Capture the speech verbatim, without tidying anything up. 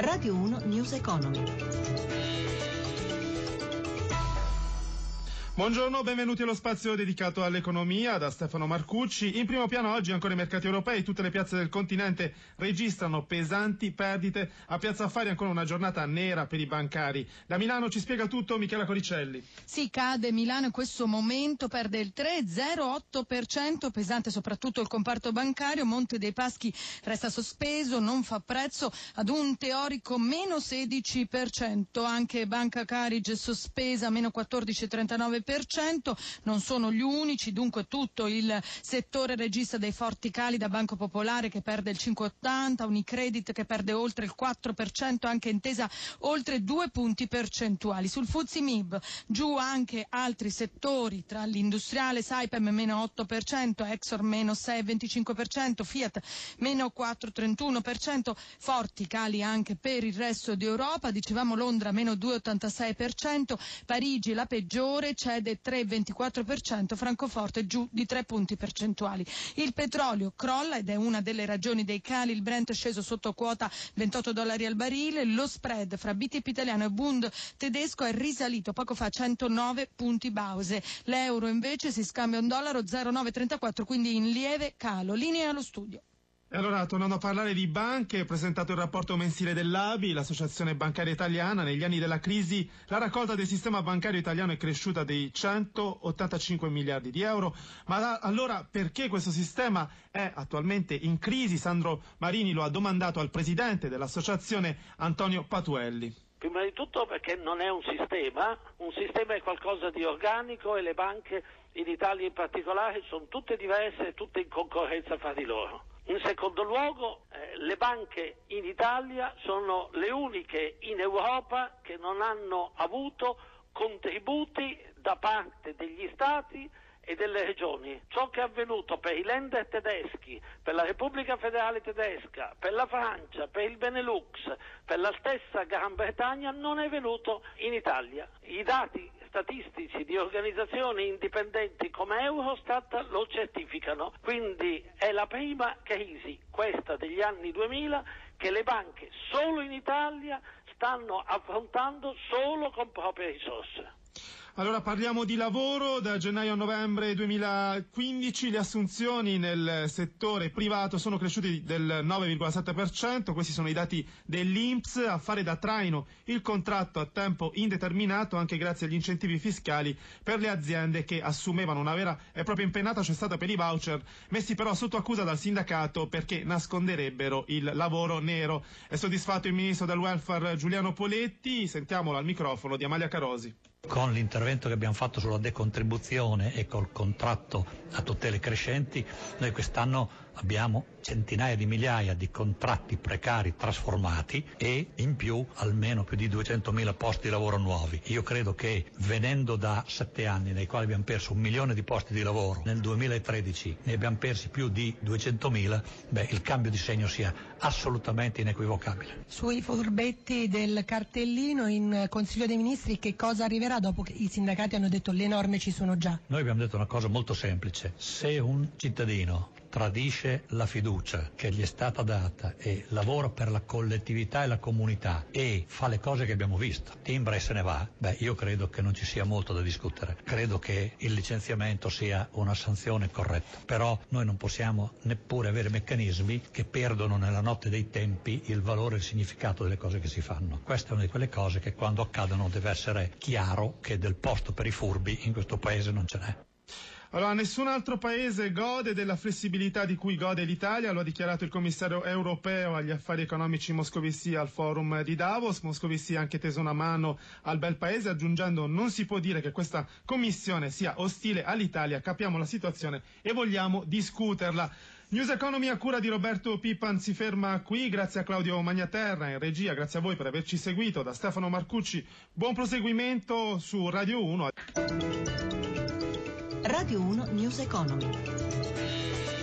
Radio uno News Economy. Buongiorno, benvenuti allo spazio dedicato all'economia da Stefano Marcucci. In primo piano oggi ancora i mercati europei, tutte le piazze del continente registrano pesanti perdite. A Piazza Affari ancora una giornata nera per i bancari. Da Milano ci spiega tutto Michela Coricelli. Sì, cade Milano in questo momento, perde il tre virgola zero otto per cento, pesante soprattutto il comparto bancario. Monte dei Paschi resta sospeso, non fa prezzo ad un teorico meno sedici per cento. Anche Banca Carige sospesa, meno quattordici virgola trentanove per cento. Non sono gli unici, dunque tutto il settore registra dei forti cali, da Banco Popolare che perde il cinque virgola ottanta, Unicredit che perde oltre il quattro per cento, anche Intesa oltre due punti percentuali. Sul F T S E M I B giù anche altri settori, tra l'industriale Saipem meno otto per cento, Exor meno sei virgola venticinque per cento, Fiat meno quattro virgola trentuno per cento, forti cali anche per il resto d'Europa. Dicevamo Londra meno due virgola ottantasei per cento, Parigi la peggiore, cede tre virgola ventiquattro per cento, Francoforte giù di tre punti percentuali. Il petrolio crolla ed è una delle ragioni dei cali, il Brent è sceso sotto quota ventotto dollari al barile, lo spread fra B T P italiano e Bund tedesco è risalito poco fa centonove punti base, l'euro invece si scambia un dollaro zero virgola nove trentaquattro, quindi in lieve calo. Linea allo studio. E allora, tornando a parlare di banche, presentato il rapporto mensile dell'A B I, l'Associazione Bancaria Italiana. Negli anni della crisi la raccolta del sistema bancario italiano è cresciuta dei centottantacinque miliardi di euro, ma da, allora perché questo sistema è attualmente in crisi? Sandro Marini lo ha domandato al presidente dell'associazione Antonio Patuelli. Prima di tutto perché non è un sistema, un sistema è qualcosa di organico e le banche in Italia in particolare sono tutte diverse e tutte in concorrenza fra di loro. In secondo luogo, eh, le banche in Italia sono le uniche in Europa che non hanno avuto contributi da parte degli Stati e delle regioni. Ciò che è avvenuto per i Länder tedeschi, per la Repubblica Federale Tedesca, per la Francia, per il Benelux, per la stessa Gran Bretagna non è venuto in Italia. I dati statistici di organizzazioni indipendenti come Eurostat lo certificano, quindi è la prima crisi, questa degli anni duemila, che le banche solo in Italia stanno affrontando solo con proprie risorse. Allora parliamo di lavoro. Da gennaio a novembre duemilaquindici le assunzioni nel settore privato sono cresciute del nove virgola sette per cento, questi sono i dati dell'I N P S. A fare da traino il contratto a tempo indeterminato, anche grazie agli incentivi fiscali per le aziende che assumevano. Una vera e propria impennata c'è stata per i voucher, messi però sotto accusa dal sindacato perché nasconderebbero il lavoro nero. È soddisfatto il ministro del welfare Giuliano Poletti, sentiamolo al microfono di Amalia Carosi. Con l'intervento che abbiamo fatto sulla decontribuzione e col contratto a tutele crescenti, noi quest'anno abbiamo centinaia di migliaia di contratti precari trasformati e in più almeno più di duecentomila posti di lavoro nuovi. Io credo che venendo da sette anni nei quali abbiamo perso un milione di posti di lavoro, nel duemilatredici ne abbiamo persi più di duecentomila, beh, il cambio di segno sia assolutamente inequivocabile. Sui furbetti del cartellino in Consiglio dei Ministri che cosa arriverà dopo che i sindacati hanno detto le norme ci sono già? Noi abbiamo detto una cosa molto semplice: se un cittadino tradisce la fiducia che gli è stata data e lavora per la collettività e la comunità e fa le cose che abbiamo visto, timbra e se ne va, beh, io credo che non ci sia molto da discutere. Credo che il licenziamento sia una sanzione corretta, però noi non possiamo neppure avere meccanismi che perdono nella notte dei tempi il valore e il significato delle cose che si fanno. Questa è una di quelle cose che quando accadono deve essere chiaro che del posto per i furbi in questo paese non ce n'è. Allora, nessun altro paese gode della flessibilità di cui gode l'Italia, lo ha dichiarato il commissario europeo agli affari economici Moscovici al forum di Davos. Moscovici ha anche teso una mano al bel paese, aggiungendo: non si può dire che questa commissione sia ostile all'Italia, capiamo la situazione e vogliamo discuterla. News Economy a cura di Roberto Pippan si ferma qui, grazie a Claudio Magnaterra in regia, grazie a voi per averci seguito. Da Stefano Marcucci, buon proseguimento su Radio uno. Radio uno News Economy.